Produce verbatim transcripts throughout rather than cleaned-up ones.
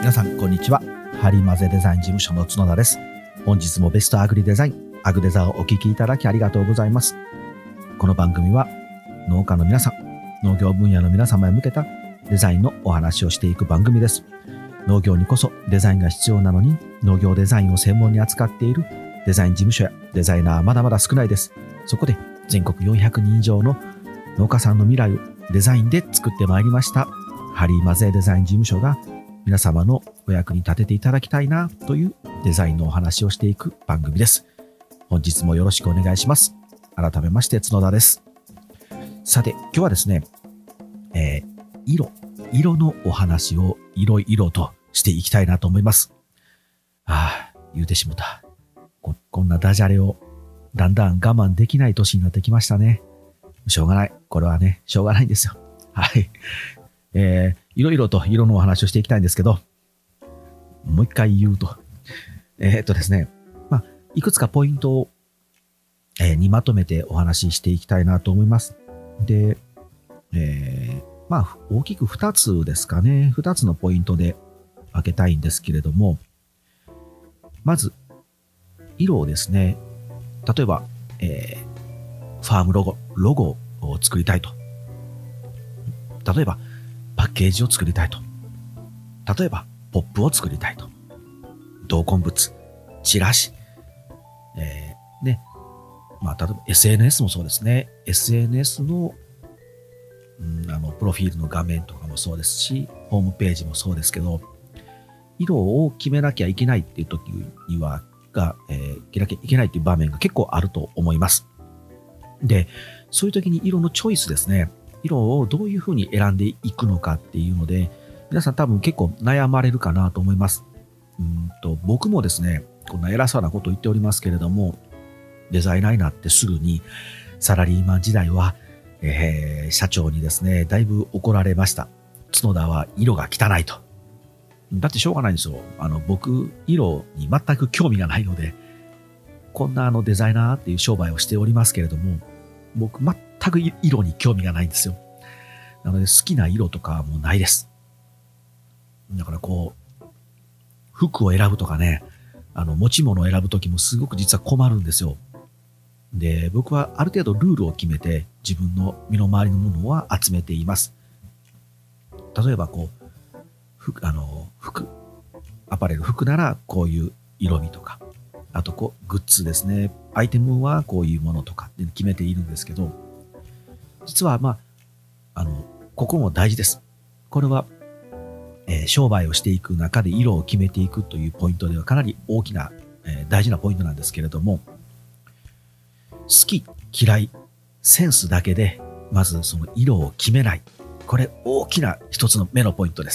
皆さんこんにちは。ハリマゼデザイン事務所の角田です。本日もベストアグリデザインアグデザをお聞きいただきありがとうございます。この番組は農家の皆さん、農業分野の皆様へ向けたデザインのお話をしていく番組です。農業にこそデザインが必要なのに、農業デザインを専門に扱っているデザイン事務所やデザイナーはまだまだ少ないです。そこで全国よんひゃくにん以上の農家さんの未来をデザインで作ってまいりましたハリーマゼデザイン事務所が皆様のお役に立てていただきたいなというデザインのお話をしていく番組です。本日もよろしくお願いします。改めまして角田です。さて今日はですね、えー、色色のお話をいろいろとしていきたいなと思います。ああ、言うてしもた。こ、こんなダジャレをだんだん我慢できない年になってきましたね。しょうがない。これはね、しょうがないんですよ。はい。えー、いろいろと色のお話をしていきたいんですけど、もう一回言うと。えー、っとですね、まあ、いくつかポイントを、えー、にまとめてお話ししていきたいなと思います。で、えー、まあ、大きくふたつですかね。ふたつのポイントで分けたいんですけれども、まず、色をですね、例えば、えー、ファームロゴ、ロゴを作りたいと。例えば、パッケージを作りたいと。例えば、ポップを作りたいと。同梱物、チラシ、えー、ね。まあ、例えば エスエヌエス もそうですね。エスエヌエス の、うん、あの、プロフィールの画面とかもそうですし、ホームページもそうですけど、色を決めなきゃいけないっていう時には、が、えー、決めなきゃいけないっていう場面が結構あると思います。で、そういう時に色のチョイスですね。色をどういうふうに選んでいくのかっていうので、皆さん多分結構悩まれるかなと思います。うんと僕もですね、こんな偉そうなことを言っておりますけれども、デザイナーになってすぐにサラリーマン時代は、えー、社長にですね、だいぶ怒られました。角田は色が汚いと。だってしょうがないんですよ。あの僕、色に全く興味がないので、こんなあのデザイナーっていう商売をしておりますけれども、僕全く色に興味がないんですよ。なので好きな色とかはもうないです。だからこう、服を選ぶとかね、あの持ち物を選ぶときもすごく実は困るんですよ。で、僕はある程度ルールを決めて自分の身の回りのものは集めています。例えばこう、服、あの、服、アパレル、服ならこういう色味とか、あとこう、グッズですね。アイテムはこういうものとかって決めているんですけど、実はまあ、あの、ここも大事です。これは、えー、商売をしていく中で色を決めていくというポイントではかなり大きな、えー、大事なポイントなんですけれども、好き、嫌い、センスだけで、まずその色を決めない。これ大きな一つの目のポイントです。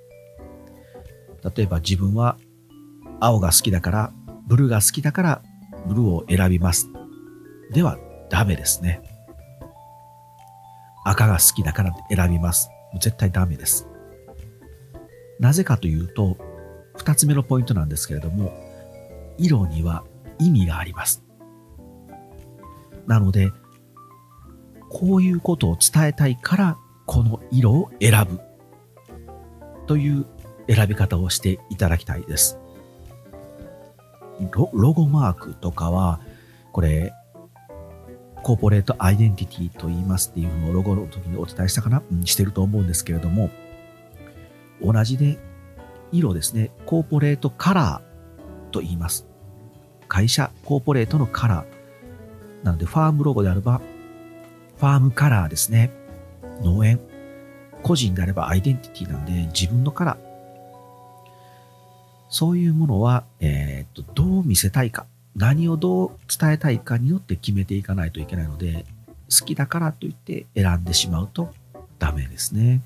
例えば自分は青が好きだから、ブルーが好きだからブルーを選びます。ではダメですね。赤が好きだから選びます。絶対ダメです。なぜかというと、二つ目のポイントなんですけれども、色には意味があります。なので、こういうことを伝えたいから、この色を選ぶという選び方をしていただきたいです。ロ, ロゴマークとかは、これ、コーポレートアイデンティティと言いますっていうのをロゴの時にお伝えしたかな、うん、してると思うんですけれども、同じで色ですね、コーポレートカラーと言います。会社、コーポレートのカラー。なので、ファームロゴであれば、ファームカラーですね。農園。個人であればアイデンティティなんで、自分のカラー。そういうものは、えー、っと、どう見せたいか。何をどう伝えたいかによって決めていかないといけないので、好きだからといって選んでしまうとダメですね。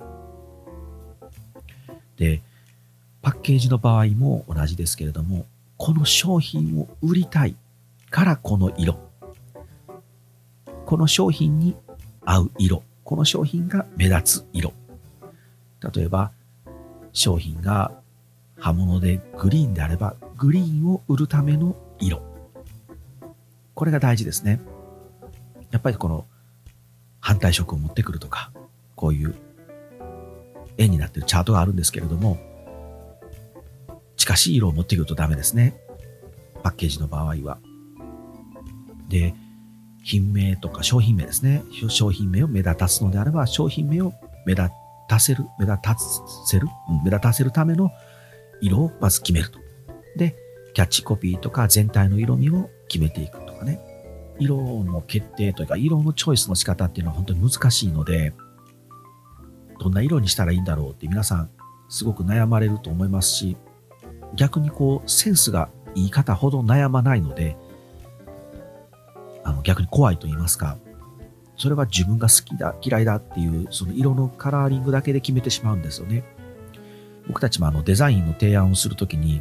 で、パッケージの場合も同じですけれども、この商品を売りたいからこの色。この商品に合う色。この商品が目立つ色。例えば、商品が刃物でグリーンであれば、グリーンを売るための色。これが大事ですね。やっぱりこの反対色を持ってくるとか、こういう絵になっているチャートがあるんですけれども、 近しい色を持ってくるとダメですね。パッケージの場合は。で、品名とか商品名ですね。商品名を目立たすのであれば、商品名を目立たせる、目立たせる、うん、目立たせるための色をまず決めると。で、キャッチコピーとか全体の色味を決めていくとかね。色の決定というか、色のチョイスの仕方っていうのは本当に難しいので、どんな色にしたらいいんだろうって皆さんすごく悩まれると思いますし、逆にこうセンスがいい方ほど悩まないので、あの逆に怖いと言いますか、それは自分が好きだ嫌いだっていうその色のカラーリングだけで決めてしまうんですよね。僕たちもあのデザインの提案をするときに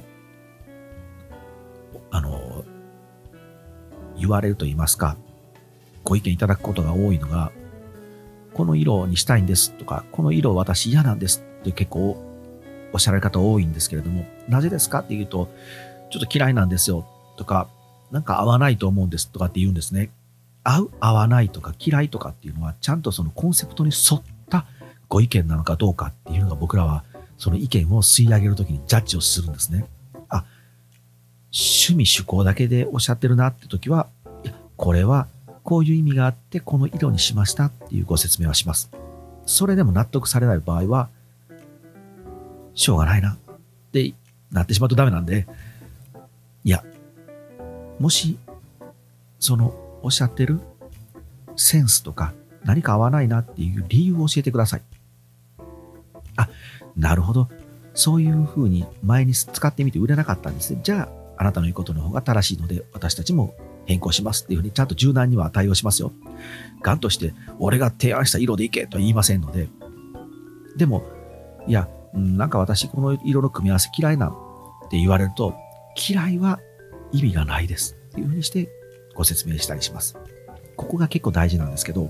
あの言われると言いますか、ご意見いただくことが多いのが、この色にしたいんですとか、この色私嫌なんですって結構おっしゃられる方多いんですけれども、なぜですかって言うと、ちょっと嫌いなんですよとか、なんか合わないと思うんですとかって言うんですね。合う、合わないとか嫌いとかっていうのは、ちゃんとそのコンセプトに沿ったご意見なのかどうかっていうのが、僕らはその意見を吸い上げるときにジャッジをするんですね。あ、趣味趣向だけでおっしゃってるなって時は、いや、これはこういう意味があってこの色にしましたっていうご説明はします。それでも納得されない場合は、しょうがないなってなってしまうとダメなんで、いや、もしそのおっしゃってるセンスとか何か合わないなっていう理由を教えてください。あ、なるほど。そういうふうに前に使ってみて売れなかったんですね。じゃあ、あなたの言うことの方が正しいので、私たちも変更しますっていうふうにちゃんと柔軟には対応しますよ。ガンとして俺が提案した色でいけとは言いませんので。でも、いや、なんか私この色の組み合わせ嫌いなんって言われると、嫌いは意味がないですっていうふうにしてご説明したりします。ここが結構大事なんですけど、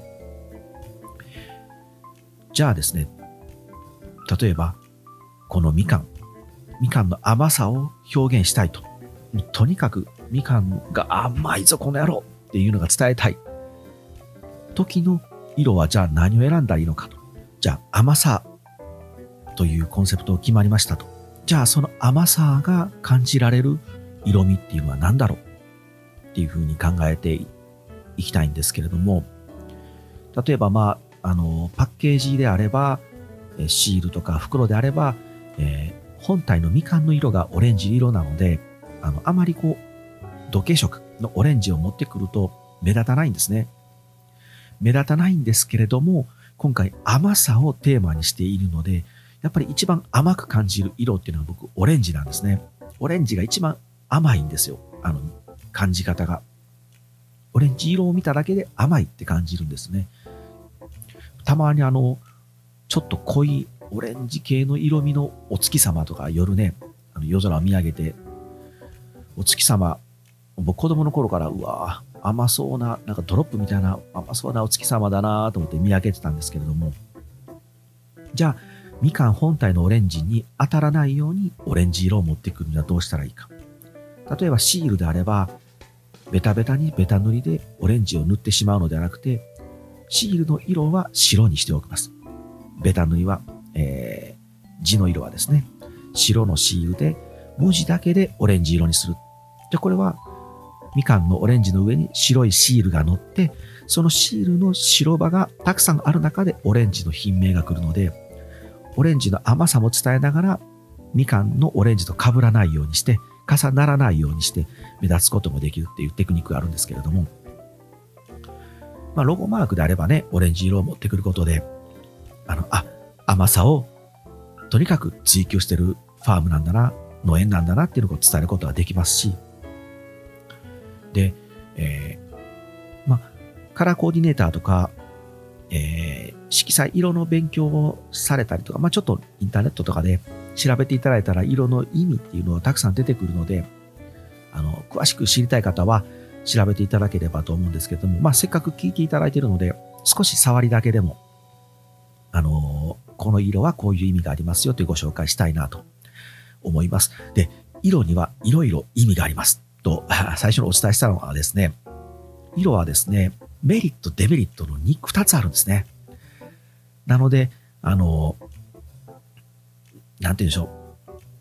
じゃあですね、例えばこのみかん、みかんの甘さを表現したいと。とにかくみかんが甘いぞこの野郎っていうのが伝えたい時の色はじゃあ何を選んだらいいのかと。じゃあ甘さというコンセプトを決まりましたと。じゃあその甘さが感じられる色味っていうのは何だろうっていうふうに考えていきたいんですけれども、例えばまあ、あのパッケージであればシールとか袋であれば、えー、本体のみかんの色がオレンジ色なので、あのあまりこう土系色のオレンジを持ってくると目立たないんですね。目立たないんですけれども、今回甘さをテーマにしているので、やっぱり一番甘く感じる色っていうのは僕オレンジなんですね。オレンジが一番甘いんですよ。あの感じ方が。オレンジ色を見ただけで甘いって感じるんですね。たまにあのちょっと濃いオレンジ系の色味のお月様とか夜ね、あの夜空を見上げて、お月様、僕子供の頃からうわー甘そうな、なんかドロップみたいな甘そうなお月様だなと思って見上げてたんですけれども、じゃあみかん本体のオレンジに当たらないようにオレンジ色を持ってくるにはどうしたらいいか。例えばシールであればベタベタにベタ塗りでオレンジを塗ってしまうのではなくて、シールの色は白にしておきます。ベタ塗りは、えー、字の色はですね、白のシールで文字だけでオレンジ色にする。で、これはみかんのオレンジの上に白いシールが乗って、そのシールの白場がたくさんある中でオレンジの品名が来るので、オレンジの甘さも伝えながらみかんのオレンジと被らないようにして、重ならないようにして目立つこともできるっていうテクニックがあるんですけれども、まあ、ロゴマークであればね、オレンジ色を持ってくることで、あの、あ、甘さをとにかく追求してるファームなんだな、農園なんだなっていうのを伝えることができますし、で、えー、まあ、カラーコーディネーターとか、えー、色彩、色の勉強をされたりとか、まあ、ちょっとインターネットとかで調べていただいたら色の意味っていうのはたくさん出てくるので、あの、詳しく知りたい方は調べていただければと思うんですけれども、まあ、せっかく聞いていただいているので、少し触りだけでも、あのー、この色はこういう意味がありますよというご紹介したいなと思います。で、色にはいろいろ意味がありますと、最初にお伝えしたのはですね、色はですね、メリット、デメリットのふたつあるんですね。なので、あのー、なんて言うんでしょう。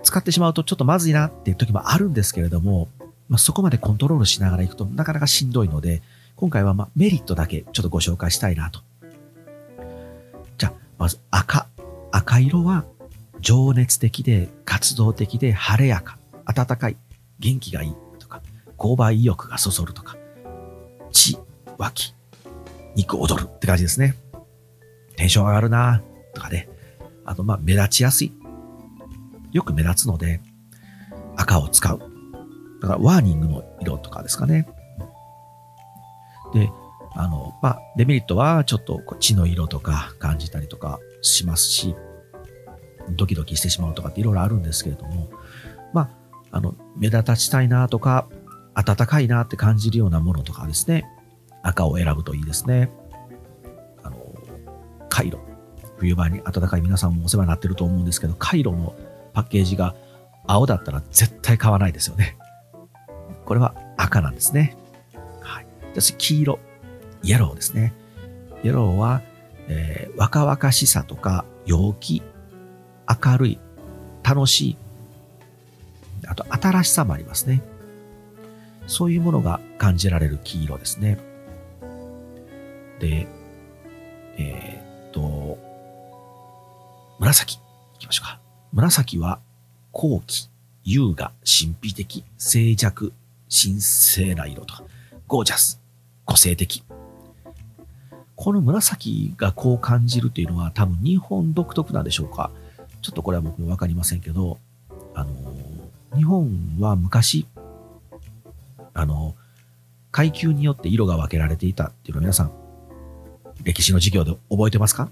使ってしまうとちょっとまずいなっていう時もあるんですけれども、まあ、そこまでコントロールしながらいくとなかなかしんどいので、今回はまあメリットだけちょっとご紹介したいなと。じゃあ、まず赤。赤色は情熱的で活動的で晴れやか、暖かい、元気がいいとか、購買意欲がそそるとか、血、湧き、肉踊るって感じですね。テンション上がるなとかね。あと、まあ、目立ちやすい。よく目立つので、赤を使う。だから、ワーニングの色とかですかね。で、あの、まあ、デメリットは、ちょっと血の色とか感じたりとかしますし、ドキドキしてしまうとかっていろいろあるんですけれども、まあ、あの、目立たしたいなとか、暖かいなって感じるようなものとかですね、赤を選ぶといいですね。あの、カイロ。冬場に暖かい皆さんもお世話になってると思うんですけど、カイロのパッケージが青だったら絶対買わないですよね。これは赤なんですね。はい。私、黄色。イエローですね。イエローは、えー、若々しさとか陽気、明るい、楽しい、あと新しさもありますね。そういうものが感じられる黄色ですね。で、えー、っと、紫。いきましょうか。紫は、高貴、優雅、神秘的、静寂、神聖な色とか、ゴージャス、個性的。この紫がこう感じるというのは多分日本独特なんでしょうか。ちょっとこれは僕もわかりませんけど、あの、日本は昔、あの、階級によって色が分けられていたっていうのを皆さん、歴史の授業で覚えてますか？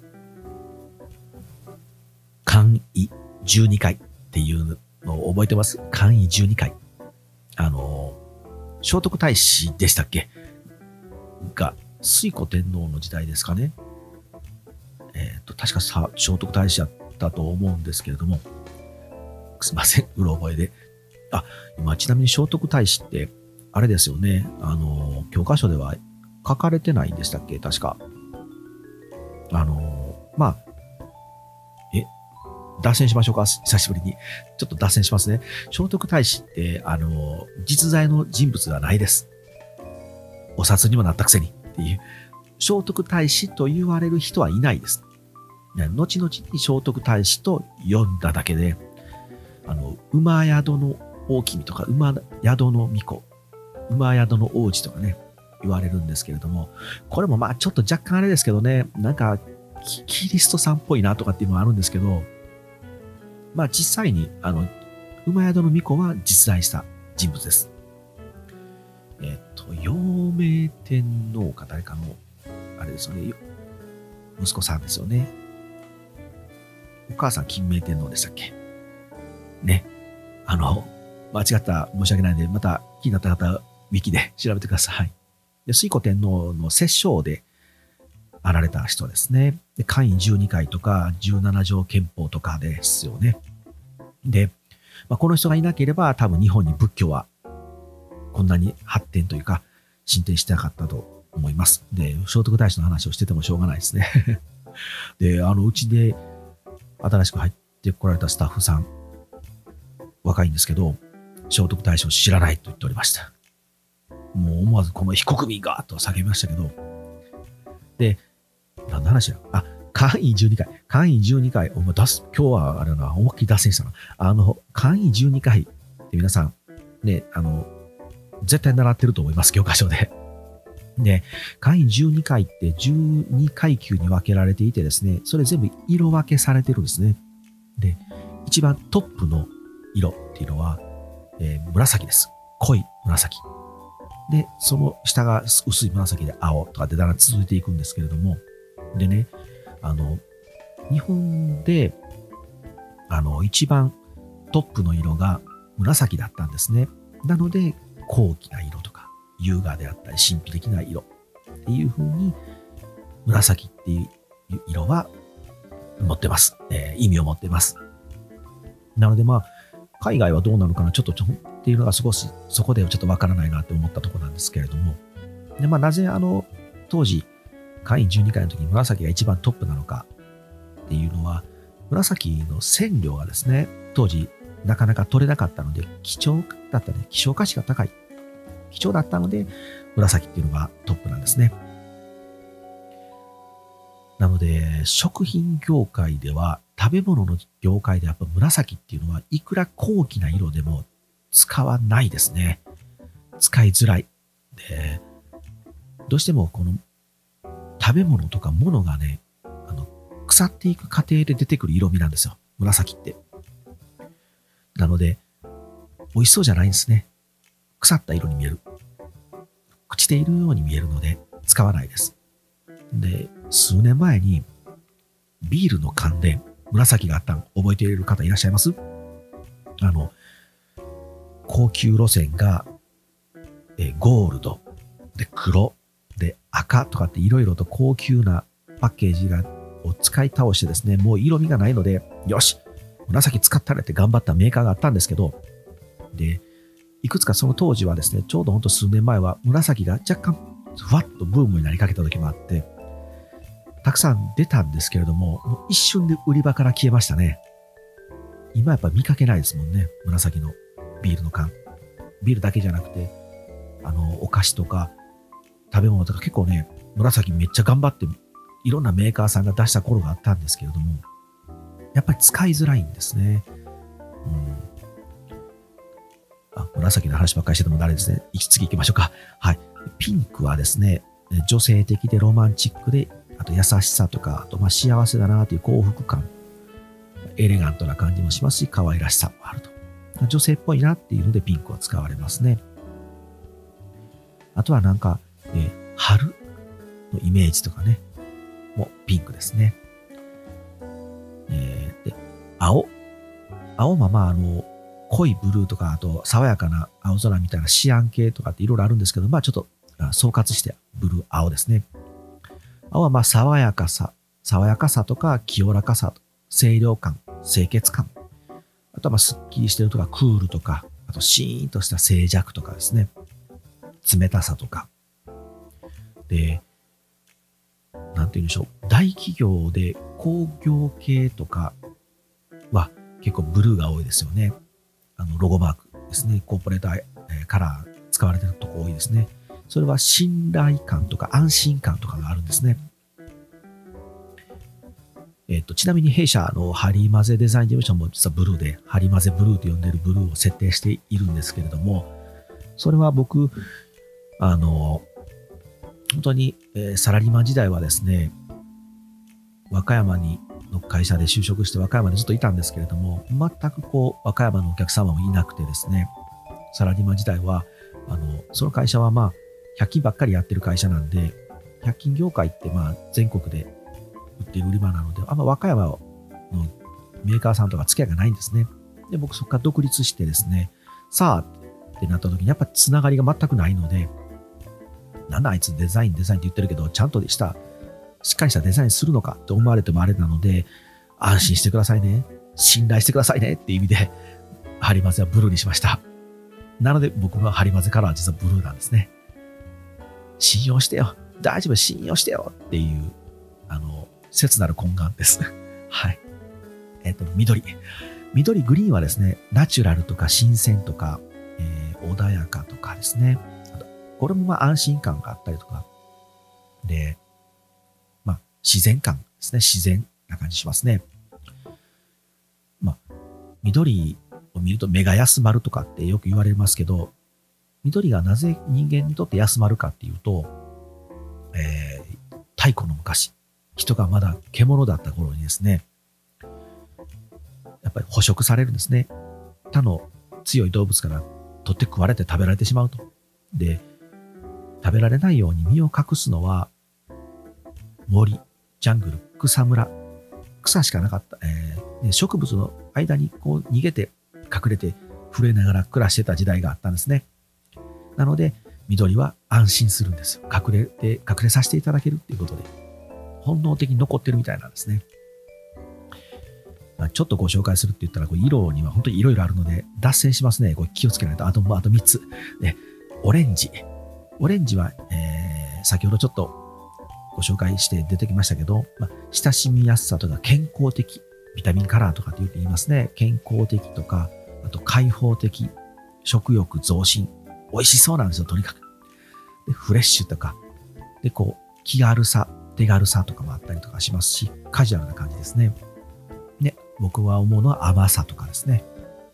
簡易じゅうにかいっていうのを覚えてます？簡易じゅうにかい。あの、聖徳太子でしたっけが、推古天皇の時代ですかね。えっと、確かさ聖徳太子だったと思うんですけれども、すいません、うろ覚えで。あ、今ちなみに聖徳太子って、あれですよね。あの、教科書では書かれてないんでしたっけ確か。あの、まあ、え、脱線しましょうか久しぶりに。ちょっと脱線しますね。聖徳太子って、あの、実在の人物ではないです。お札にもなったくせにっていう。聖徳太子と言われる人はいないです。後々に聖徳太子と呼んだだけで、あの、馬宿の大君とか、馬宿の巫女、馬宿の王子とかね、言われるんですけれども、これもまあちょっと若干あれですけどね、なんかキリストさんっぽいなとかっていうのはあるんですけど、まあ実際に、あの、馬宿の巫女は実在した人物です。えっと、陽明天皇か誰かの、あれですよね、息子さんですよね。お母さん金明天皇でしたっけね。あの、間違ったら申し訳ないので、また気になった方はウィキで調べてください。で、推古天皇の摂政であられた人ですね。で、簡易じゅうにかいとかじゅうなな条憲法とかですよね。で、まあ、この人がいなければ多分日本に仏教はこんなに発展というか進展してなかったと思います。で、聖徳太子の話をしててもしょうがないですね。で、あの、うちで新しく入ってこられたスタッフさん、若いんですけど、聖徳太子を知らないと言っておりました。もう思わずこの非国民がと叫びましたけど、で、何の話だあ、簡易じゅうにかい。簡易じゅうにかい。お前出す、今日はあれな、思いっきり脱線したな。あの、簡易じゅうにかいって皆さん、ね、あの、絶対習ってると思います、教科書で。で、簡易じゅうにかいってじゅうにかい級に分けられていてですね、それ全部色分けされてるんですね。で、一番トップの色っていうのは、えー、紫です。濃い紫。で、その下が薄い紫で青とかでだんだん続いていくんですけれども、でね、あの、日本で、あの、一番トップの色が紫だったんですね。なので、高貴な色とか、優雅であったり、神秘的な色っていう風に、紫っていう色は持ってます。えー、意味を持ってます。なのでまあ、海外はどうなのかな、ちょっとちょっていうのが少し、そこではちょっとわからないなって思ったところなんですけれども。で、まあ、なぜあの、当時、簡易じゅうにかいの時に紫が一番トップなのかっていうのは、紫の染料がですね、当時、 なかなか取れなかったので、貴重だったね、希少価値が高い。貴重だったので、紫っていうのがトップなんですね。なので、食品業界では、食べ物の業界でやっぱ紫っていうのは、いくら高貴な色でも使わないですね。使いづらい。で、どうしてもこの食べ物とか物がね、あの、腐っていく過程で出てくる色味なんですよ。紫って。なので、美味しそうじゃないんですね。腐った色に見える。朽ちているように見えるので、使わないです。で、数年前にビールの缶で紫があったの覚えている方いらっしゃいます？あの、高級路線がえゴールドで黒で赤とかっていろいろと高級なパッケージがを使い倒してですね、もう色味がないので、よし紫使ったれって頑張ったメーカーがあったんですけど、で、いくつかその当時はですね、ちょうどほんと数年前は紫が若干ふわっとブームになりかけた時もあって、たくさん出たんですけれども、もう一瞬で売り場から消えましたね。今やっぱ見かけないですもんね、紫のビールの缶。ビールだけじゃなくて、あの、お菓子とか食べ物とか結構ね、紫めっちゃ頑張っていろんなメーカーさんが出した頃があったんですけれども、やっぱり使いづらいんですね。うん、あ、紫の話ばっかりしてても誰ですね。次行きましょうか。はい。ピンクはですね、女性的でロマンチックで、あと優しさとか、あとまあ幸せだなという幸福感、エレガントな感じもしますし、可愛らしさもあると。女性っぽいなっていうのでピンクは使われますね。あとはなんか、えー、春のイメージとかね、もピンクですね。えー、で、青。青はまああの、濃いブルーとか、あと爽やかな青空みたいなシアン系とかっていろいろあるんですけど、まあちょっと総括してブルー、青ですね。青はまあ爽やかさ、爽やかさとか清らかさ、清涼感、清潔感。あとはまあスッキリしてるとかクールとか、あとシーンとした静寂とかですね。冷たさとか。で、なんて言うんでしょう。大企業で工業系とかは結構ブルーが多いですよね。あのロゴマークですね。コーポレートカラー使われてるとこ多いですね。それは信頼感とか安心感とかがあるんですね。えっと、ちなみに弊社のハリマゼデザイン事務所も実はブルーで、ハリマゼブルーと呼んでいるブルーを設定しているんですけれども、それは僕、あの、本当に、えー、サラリーマン時代はですね、和歌山にの会社で就職して和歌山でずっといたんですけれども、全くこう、和歌山のお客様もいなくてですね、サラリーマン時代は、あの、その会社はまあ、ひゃく均ばっかりやってる会社なんで、ひゃく均業界ってまあ、全国で売っている売り場なので、あんま和歌山のメーカーさんとか付き合いがないんですね。で、僕そこから独立してですね、さあってなった時にやっぱつながりが全くないので、なんだあいつデザインデザインって言ってるけど、ちゃんとした、しっかりしたデザインするのかって思われてもあれなので、安心してくださいね。信頼してくださいねっていう意味で、ハリマゼはブルーにしました。なので僕のハリマゼカラーは実はブルーなんですね。信用してよ。大丈夫、信用してよっていう、あの、切なる懇願です。はい。えっと、緑。緑、グリーンはですね、ナチュラルとか新鮮とか、えー、穏やかとかですね。これもまあ安心感があったりとか。で、まあ自然感ですね。自然な感じしますね。まあ、緑を見ると目が休まるとかってよく言われますけど、緑がなぜ人間にとって休まるかっていうと、えー、太古の昔、人がまだ獣だった頃にですね、やっぱり捕食されるんですね。他の強い動物から取って食われて食べられてしまうと。で、食べられないように身を隠すのは、森、ジャングル、草むら、草しかなかった、えーね、植物の間にこう逃げて隠れて震えながら暮らしてた時代があったんですね。なので、緑は安心するんですよ。隠れて、隠れさせていただけるっていうことで、本能的に残ってるみたいなんですね。まあ、ちょっとご紹介するって言ったら、こう色には本当にいろいろあるので、脱線しますね。これ気をつけないと。あと、あとみっつ。で、オレンジ。オレンジは、えー、先ほどちょっとご紹介して出てきましたけど、まあ、親しみやすさとか健康的、ビタミンカラーとかってよく言いますね。健康的とか、 あと開放的、食欲増進、美味しそうなんですよ、とにかく。で、フレッシュとか、で、こう、気軽さ、手軽さとかもあったりとかしますし、カジュアルな感じですね。で、僕は思うのは甘さとかですね。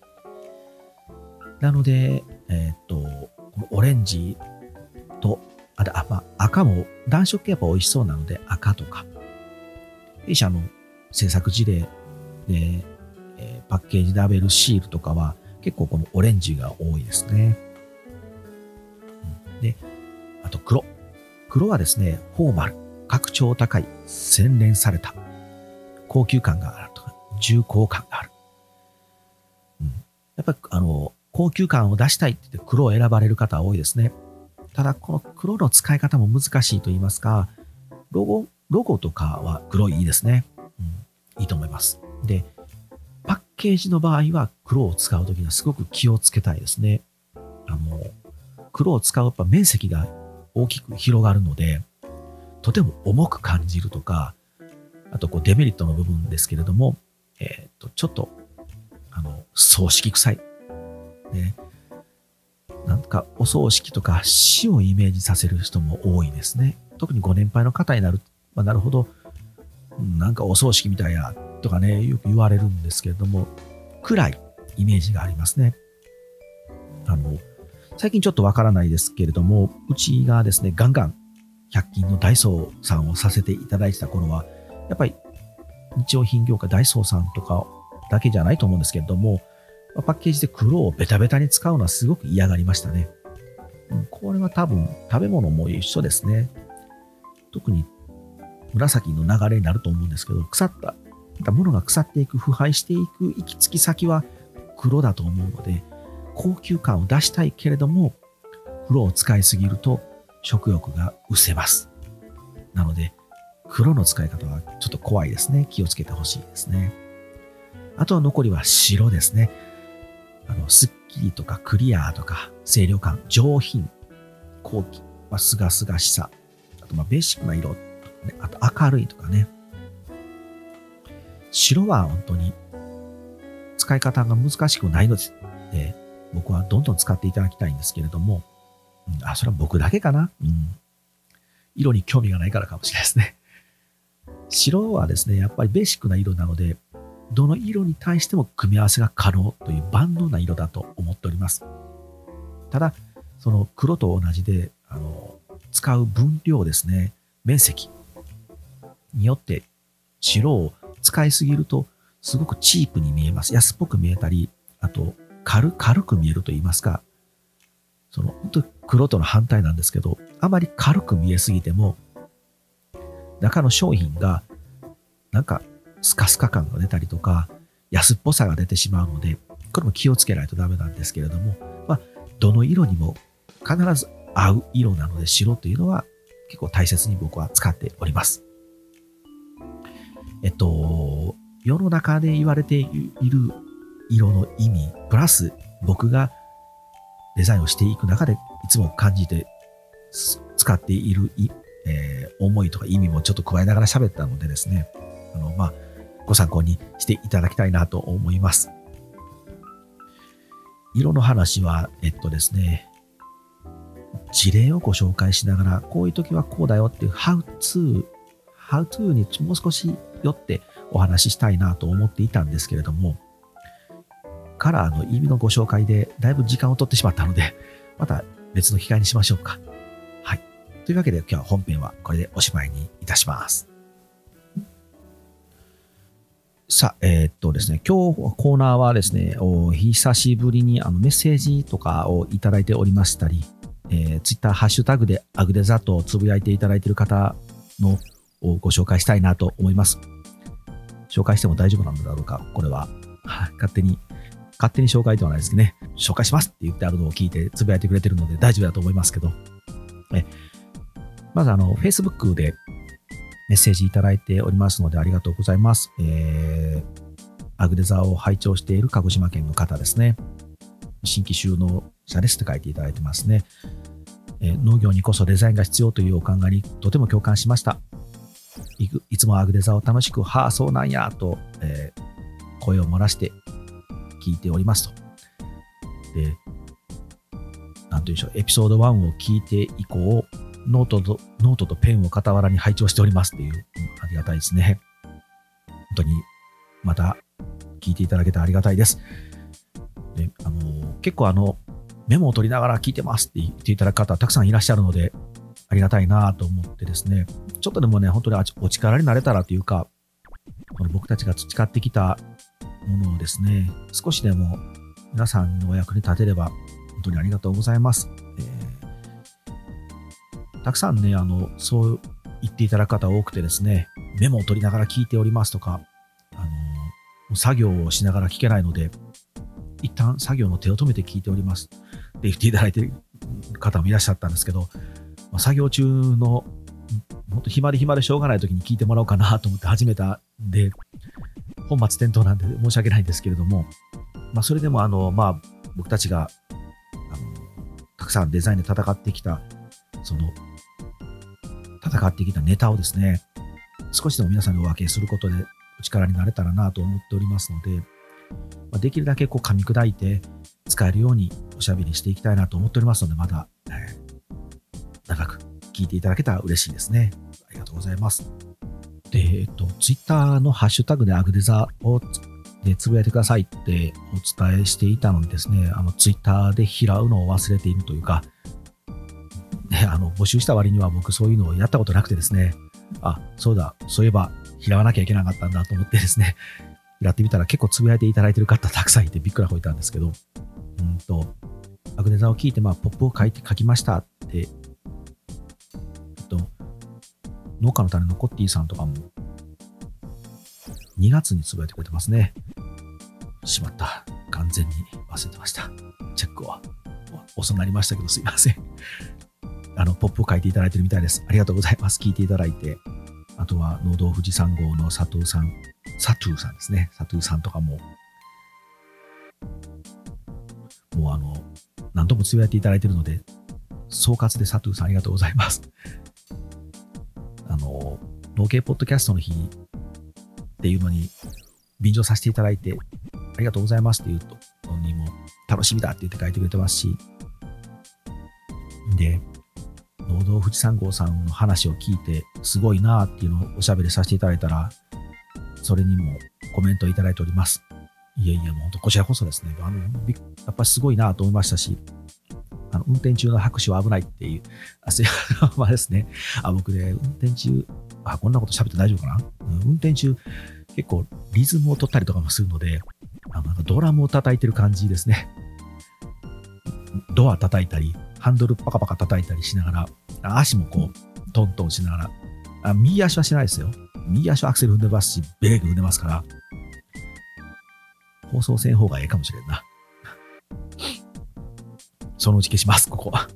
なので、えー、っと、このオレンジと、あと、あ、まあ、赤も暖色系やっぱ美味しそうなので赤とか、弊社の制作事例で、えー、パッケージラベルシールとかは結構このオレンジが多いですね。うん、で、あと黒。黒はですね、フォーマル、格調高い、洗練された、高級感があるとか、重厚感がある。うん、やっぱりあの、高級感を出したいって言って黒を選ばれる方は多いですね。ただ、この黒の使い方も難しいと言いますか、ロゴ、ロゴとかは黒いいですね。うん、いいと思います。で、パッケージの場合は黒を使うときにはすごく気をつけたいですね。あの、黒を使うやっぱ面積が大きく広がるので、とても重く感じるとか、あとこうデメリットの部分ですけれども、えっと、ちょっと、あの、葬式臭い。ね。なんかお葬式とか死をイメージさせる人も多いですね。特にご年配の方になる、まあ、なるほど、なんかお葬式みたいやとかね、よく言われるんですけれども、暗いイメージがありますね。あの、最近ちょっとわからないですけれども、うちがですね、ガンガンひゃく均のダイソーさんをさせていただいてた頃は、やっぱり日用品業界ダイソーさんとかだけじゃないと思うんですけれども、パッケージで黒をベタベタに使うのはすごく嫌がりましたね。これは多分食べ物も一緒ですね。特に紫の流れになると思うんですけど、腐ったものが腐っていく、腐敗していく行き着き先は黒だと思うので、高級感を出したいけれども、黒を使いすぎると食欲が失せます。なので、黒の使い方はちょっと怖いですね。気をつけてほしいですね。あとは残りは白ですね。あの、スッキリとかクリアとか、清涼感、上品、高貴、まあ、すがすがしさ、あとまあベーシックな色、ね、あと明るいとかね。白は本当に使い方が難しくないので、僕はどんどん使っていただきたいんですけれども、うん、あ、それは僕だけかな、うん。色に興味がないからかもしれないですね。白はですね、やっぱりベーシックな色なので、どの色に対しても組み合わせが可能という万能な色だと思っております。ただ、その黒と同じで、あの、使う分量ですね、面積によって白を使いすぎるとすごくチープに見えます。安っぽく見えたり、あと軽、軽く見えると言いますか、その本当に黒との反対なんですけど、あまり軽く見えすぎても、中の商品がなんかスカスカ感が出たりとか、安っぽさが出てしまうので、これも気をつけないとダメなんですけれども、まあ、どの色にも必ず合う色なので、白というのは結構大切に僕は使っております。えっと、世の中で言われている色の意味、プラス僕がデザインをしていく中でいつも感じて使っている、えー、思いとか意味もちょっと加えながら喋ったのでですね、あの、まあ、ご参考にしていただきたいなと思います。色の話は、えっとですね、事例をご紹介しながら、こういう時はこうだよっていう How to、How to にもう少しよってお話ししたいなと思っていたんですけれども、カラーの意味のご紹介でだいぶ時間を取ってしまったので、また別の機会にしましょうか。はい。というわけで今日は本編はこれでおしまいにいたします。さあ、えー、っとですね、今日コーナーはですね、お久しぶりにあのメッセージとかをいただいておりましたり、えー、ツイッターハッシュタグでアグデザとつぶやいていただいている方のをご紹介したいなと思います。紹介しても大丈夫なんだろうか、これは。勝手に、勝手に紹介ではないですけどね、紹介しますって言ってあるのを聞いてつぶやいてくれてるので大丈夫だと思いますけど、えまずあの、Facebook でメッセージいただいておりますのでありがとうございます。えー、アグデザを拝聴している鹿児島県の方ですね。新規就農者ですって書いていただいてますね。えー、農業にこそデザインが必要というお考えにとても共感しました。い, いつもアグデザを楽しく、はあ、そうなんやと、えー、声を漏らして聞いておりますと。 で、なんていうんでしょう、エピソードワンを聞いて以降、ノートと、ノートとペンを傍らに拝聴しておりますっていう、うん、ありがたいですね。本当に、また聞いていただけてありがたいです。で、あの、結構あの、メモを取りながら聞いてますって言っていただく方たくさんいらっしゃるので、ありがたいなと思ってですね、ちょっとでもね、本当にお力になれたらというか、この僕たちが培ってきたものをですね、少しでも皆さんのお役に立てれば本当にありがとうございます。えー、たくさんね、あの、そう言っていただく方多くてですね、メモを取りながら聞いておりますとか、あの、作業をしながら聞けないので、一旦作業の手を止めて聞いておりますって言っていただいている方もいらっしゃったんですけど、作業中の本当暇で暇でしょうがない時に聞いてもらおうかなと思って始めたんで、本末転倒なんで申し訳ないんですけれども、まあ、それでもあの、まあ、僕たちがあのたくさんデザインで戦ってきたその戦ってきたネタをですね、少しでも皆さんにお分けすることでお力になれたらなと思っておりますので、まあ、できるだけこう噛み砕いて使えるようにおしゃべりしていきたいなと思っておりますので、また、えー長く聞いていただけたら嬉しいですね。ありがとうございます。で、えっと、ツイッターのハッシュタグでアグデザをでつぶやいてくださいってお伝えしていたのにですね、あのツイッターで拾うのを忘れているというか、ね、あの募集した割には僕そういうのをやったことなくてですね、あ、そうだ、そういえば拾わなきゃいけなかったんだと思ってですね、やってみたら結構つぶやいていただいている方たくさんいてびっくらこいたんですけど、うんと、アグデザを聞いて、まあ、ポップを書いて書きましたって、農家の種のコッティさんとかもにがつにつぶやいてくれてますね。しまった。完全に忘れてました。チェックは遅くなりましたけどすいません。あの、ポップを書いていただいてるみたいです。ありがとうございます。聞いていただいて。あとは、農道富士山号の佐藤さん、佐藤さんですね。佐藤さんとかも、もうあの、何度もつぶやいていただいているので、総括で佐藤さんありがとうございます。あの、農系ポッドキャストの日っていうのに便乗させていただいてありがとうございますっていうのにも楽しみだって言って書いてくれてますし、で、農道富士山号さんの話を聞いてすごいなっていうのをおしゃべりさせていただいたら、それにもコメントいただいております。いやいや、もう本当こちらこそですね、あの、やっぱりすごいなと思いましたし、あの運転中の拍手は危ないっていう、あ、すいませんですね。あ、僕ね、運転中、あ、こんなこと喋って大丈夫かな、うん、運転中、結構リズムを取ったりとかもするので、あのなんかドラムを叩いてる感じですね。ドア叩いたり、ハンドルパカパカ叩いたりしながら、足もこう、トントンしながら、あ、右足はしないですよ。右足はアクセル踏んでますし、ブレーキ踏んでますから、放送せん方がええかもしれんな。そのうち消します、ここ。はい、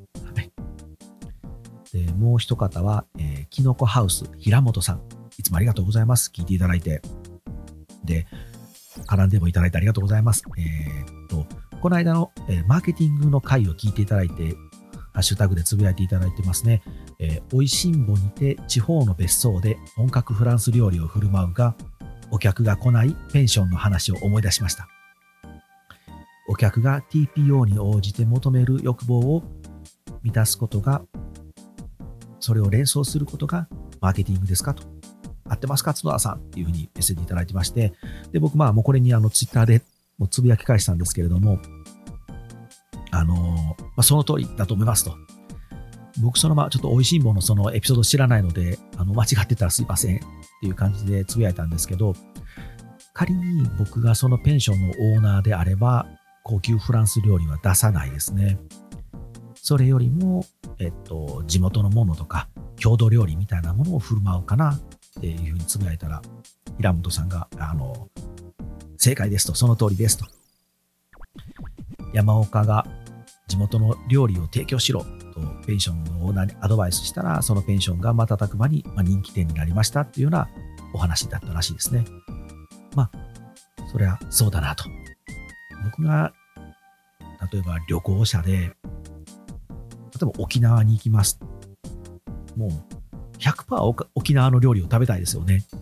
でもう一方は、えー、キノコハウス、平本さん。いつもありがとうございます。聞いていただいて。で、絡んでもいただいてありがとうございます。えー、っと、この間の、えー、マーケティングの回を聞いていただいて、ハッシュタグでつぶやいていただいてますね。えー、おいしんぼにて地方の別荘で本格フランス料理を振る舞うが、お客が来ないペンションの話を思い出しました。お客が ティーピーオー に応じて求める欲望を満たすことが、それを連想することがマーケティングですかと。合ってますか角田さんっていうふうにメッセージいただいてまして、で、僕まあもうこれにあのツイッターでもうつぶやき返したんですけれども、あのー、まあ、その通りだと思いますと。僕そのままちょっと美味しいものそのエピソード知らないので、あの間違ってたらすいませんっていう感じでつぶやいたんですけど、仮に僕がそのペンションのオーナーであれば、高級フランス料理は出さないですね。それよりも、えっと、地元のものとか、郷土料理みたいなものを振る舞うかなっていうふうにつぶやいたら、平本さんが、あの、正解ですと、その通りですと。山岡が地元の料理を提供しろと、ペンションのオーナーにアドバイスしたら、そのペンションが瞬く間に人気店になりましたっていうようなお話だったらしいですね。まあ、それはそうだなと。僕が例えば旅行者で例えば沖縄に行きます。もう ひゃくパーセント 沖縄の料理を食べたいですよね。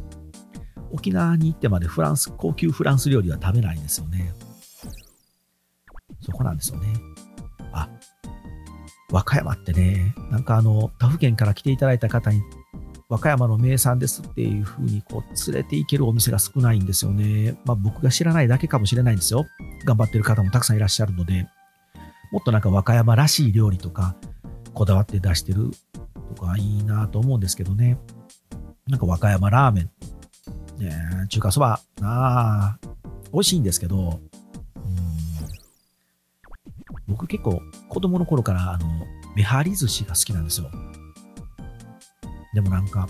沖縄に行ってまでフランス高級フランス料理は食べないんですよね。 そこなんですよね。あ、和歌山ってね、なんかあの、他府県から来ていただいた方に、和歌山の名産ですっていうふうにこう連れて行けるお店が少ないんですよね。まあ僕が知らないだけかもしれないんですよ。頑張ってる方もたくさんいらっしゃるので、もっとなんか和歌山らしい料理とかこだわって出してるとかいいなと思うんですけどね。なんか和歌山ラーメン、ね、中華そば、ああ、美味しいんですけど、うん、僕結構子供の頃からあのめはり寿司が好きなんですよ。でもなんか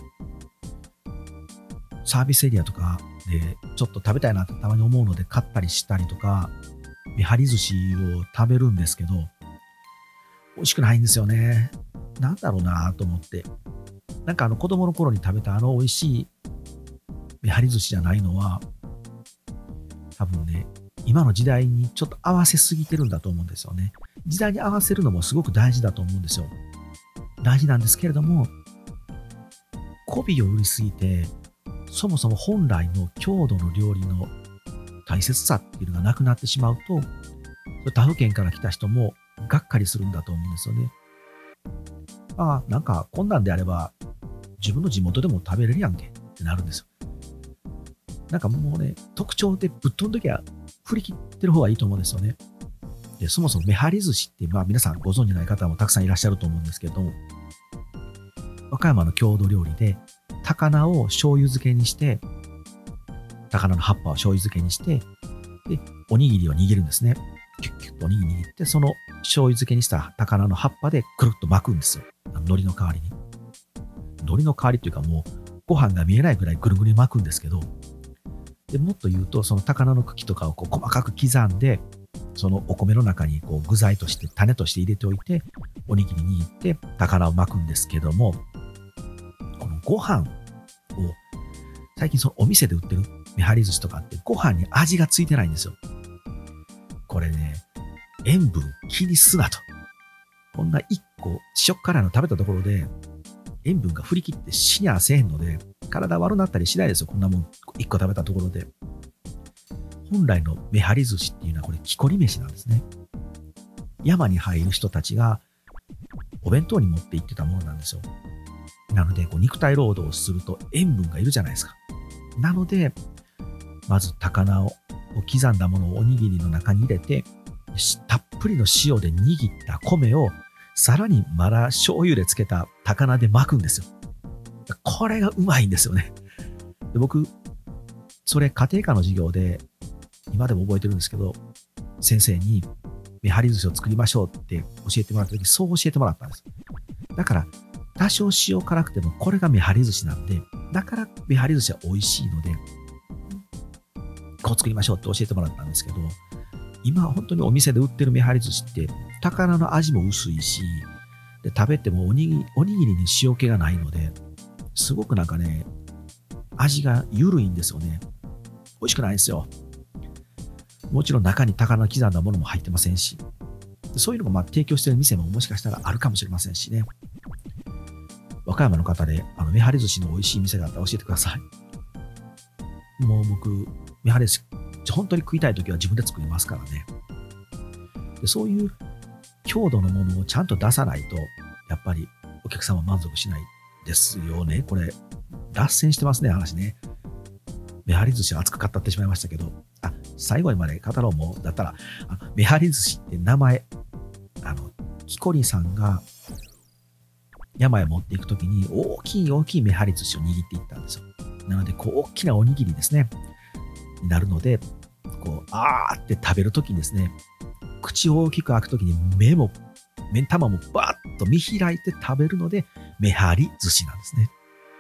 サービスエリアとかでちょっと食べたいなとたまに思うので買ったりしたりとか、めはり寿司を食べるんですけど、美味しくないんですよね。なんだろうなと思って。なんかあの子供の頃に食べたあの美味しいめはり寿司じゃないのは、多分ね、今の時代にちょっと合わせすぎてるんだと思うんですよね。時代に合わせるのもすごく大事だと思うんですよ。大事なんですけれども、媚びを売りすぎて、そもそも本来の郷土の料理の大切さっていうのがなくなってしまうと、他府県から来た人もがっかりするんだと思うんですよね。ああ、なんかこんなんであれば自分の地元でも食べれるやんけってなるんですよ。なんかもうね、特徴でぶっ飛んどきゃ振り切ってる方がいいと思うんですよね。で、そもそもめはり寿司って、まあ皆さんご存じない方もたくさんいらっしゃると思うんですけども、和歌山の郷土料理で、高菜を醤油漬けにして、高菜の葉っぱを醤油漬けにして、で、おにぎりを握るんですね。キュッキュッとおにぎり握って、その醤油漬けにした高菜の葉っぱでくるっと巻くんですよ。海苔の代わりに。海苔の代わりというかもう、ご飯が見えないぐらいぐるぐる巻くんですけど、でもっと言うと、その高菜の茎とかをこう細かく刻んで、そのお米の中にこう具材として、種として入れておいて、おにぎり握って高菜を巻くんですけども、このご飯を、最近そのお店で売ってるめはり寿司とかってご飯に味がついてないんですよ。これね、塩分気にすなと。こんないっこ塩辛いの食べたところで、塩分が振り切って死にゃせへんので、体悪なったりしないですよ。こんなもんいっこ食べたところで。本来のめはり寿司っていうのはこれ木こり飯なんですね。山に入る人たちがお弁当に持って行ってたものなんですよ。なのでこう肉体労働をすると塩分がいるじゃないですか。なのでまず高菜を刻んだものをおにぎりの中に入れて、たっぷりの塩で握った米をさらにまだ醤油で漬けた高菜で巻くんですよ。これがうまいんですよね。で僕それ家庭科の授業で今でも覚えてるんですけど、先生にめはり寿司を作りましょうって教えてもらった時、そう教えてもらったんです。だから多少塩辛くてもこれがめはり寿司なんで、だからめはり寿司は美味しいのでこう作りましょうって教えてもらったんですけど、今本当にお店で売ってるめはり寿司って高菜の味も薄いし、で食べてもおにぎり、おにぎりに塩気がないので、すごくなんかね、味が緩いんですよね。美味しくないんですよ。もちろん中に高菜刻んだものも入ってませんし、そういうのがまあ提供している店ももしかしたらあるかもしれませんしね。和歌山の方であのめはり寿司の美味しい店があったら教えてください。もう僕、めはり寿司本当に食いたいときは自分で作りますからね。でそういう郷土のものをちゃんと出さないと、やっぱりお客様満足しないですよね。これ、脱線してますね、話ね。めはり寿司熱く語ってしまいましたけど、あ、最後にまで語ろうもだったら、あめはり寿司って名前、あの、木こりさんが山へ持っていくときに大きい大きいめはり寿司を握っていったんですよ。なので、こう大きなおにぎりですね、になるので、こう、あーって食べるときにですね、口を大きく開くときに目も、目ん玉もバーッと見開いて食べるので、めはり寿司なんですね。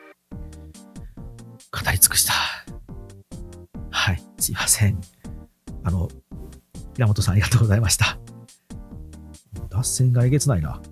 語り尽くした。はい、すいません。あの、平本さんありがとうございました。脱線がえげつないな。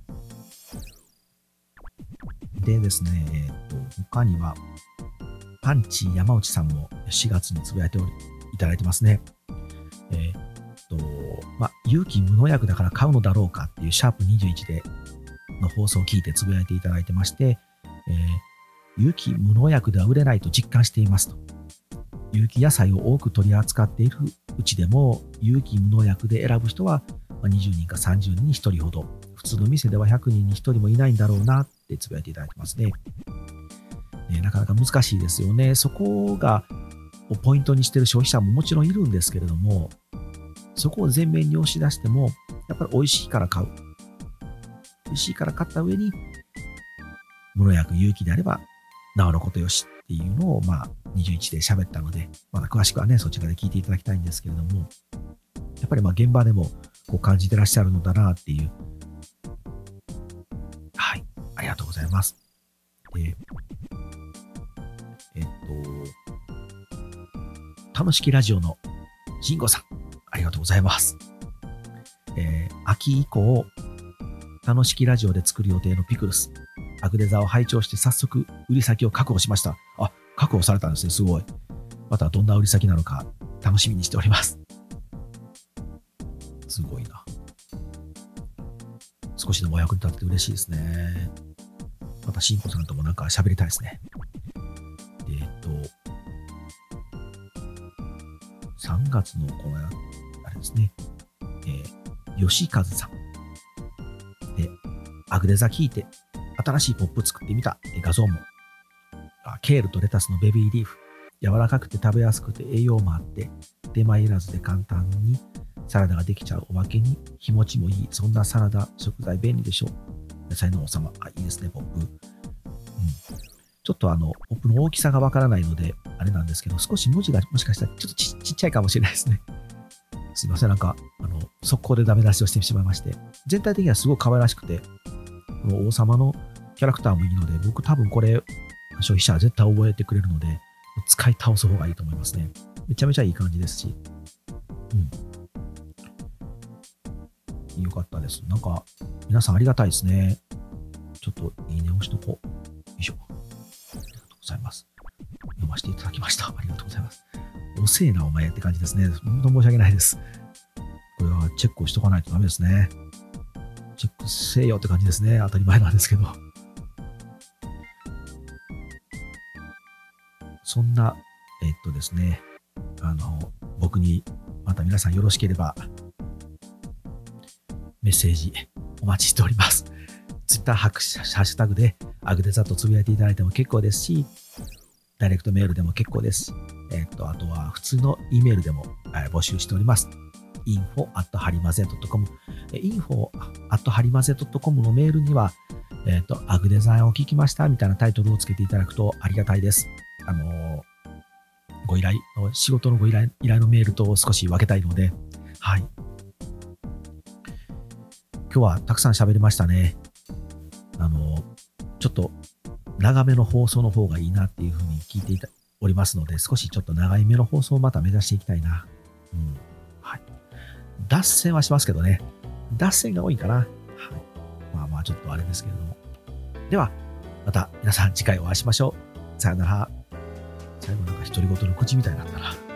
でですね、えっと、他には、パンチ山内さんもしがつにつぶやいておりいただいてますね。えー、っと、まあ、勇気無農薬だから買うのだろうかっていうシャープにじゅういちでの放送を聞いてつぶやいていただいてまして、えー、有機無農薬では売れないと実感していますと。有機野菜を多く取り扱っているうちでも有機無農薬で選ぶ人はにじゅうにんかさんじゅうにんにひとりほど、普通の店ではひゃくにんにひとりもいないんだろうなってつぶやいていただいてますね。ね、なかなか難しいですよね。そこがポイントにしている消費者ももちろんいるんですけれども、そこを前面に押し出しても、やっぱり美味しいから買う。美味しいから買った上に、無農薬有機であれば、なおのことよしっていうのを、まあ、にじゅういちで喋ったので、まだ詳しくはね、そちらで聞いていただきたいんですけれども、やっぱりまあ現場でもこう感じてらっしゃるのだなっていう。はい、ありがとうございます。で、えっと、楽しきラジオの慎吾さん、ありがとうございます。えー、秋以降、楽しきラジオで作る予定のピクルス、アグデザを拝聴して早速売り先を確保しました。あ、確保されたんですね。すごい。またどんな売り先なのか楽しみにしております。すごいな。少しでもお役に立てて嬉しいですね。また慎吾さんともなんか喋りたいですね。えー、っと、さんがつのこのあれですね、えー、吉和さん。で、アグデザ聞いて、新しいポップ作ってみた。画像も。ケールとレタスのベビーリーフ。柔らかくて食べやすくて栄養もあって、手間いらずで簡単にサラダができちゃうおまけに日持ちもいい。そんなサラダ食材便利でしょう。野菜の王様。あ、いいですね、ポップ。うん。ちょっとあの、ポップの大きさがわからないので、あれなんですけど、少し文字がもしかしたらちょっと ち, ちっちゃいかもしれないですね。すいません、なんか、あの、速攻でダメ出しをしてしまいまして、全体的にはすごく可愛らしくて、この王様のキャラクターもいいので、僕多分これ、消費者は絶対覚えてくれるので、使い倒す方がいいと思いますね。めちゃめちゃいい感じですし。うん。よかったです。なんか、皆さんありがたいですね。ちょっといいね押しとこう。よいしょ。ありがとうございます。読ませていただきました。ありがとうございます。おせえなお前って感じですね。本当申し訳ないです。これはチェックをしとかないとダメですね。チェックせえよって感じですね。当たり前なんですけど。そんな、えっとですね、あの、僕にまた皆さんよろしければ、メッセージお待ちしております。ツイッターハッシュタグでアグデザとつぶやいていただいても結構ですし、ダイレクトメールでも結構ですし、えっと、あとは普通の E メールでも募集しております。インフォ アット ハリマゼ ドットコム インフォ アット ハリマゼ ドットコム のメールには、えっと、アグデザを聞きましたみたいなタイトルをつけていただくとありがたいです。あの、ご依頼、仕事のご依頼、依頼のメールと少し分けたいので、はい。今日はたくさん喋りましたね。あの、ちょっと長めの放送の方がいいなっていうふうに聞いていたおりますので、少しちょっと長い目の放送をまた目指していきたいな。うん。はい。脱線はしますけどね。脱線が多いかな。はい。まあまあちょっとあれですけれども。では、また皆さん次回お会いしましょう。さよなら。最後なんか独り言の口みたいになったな。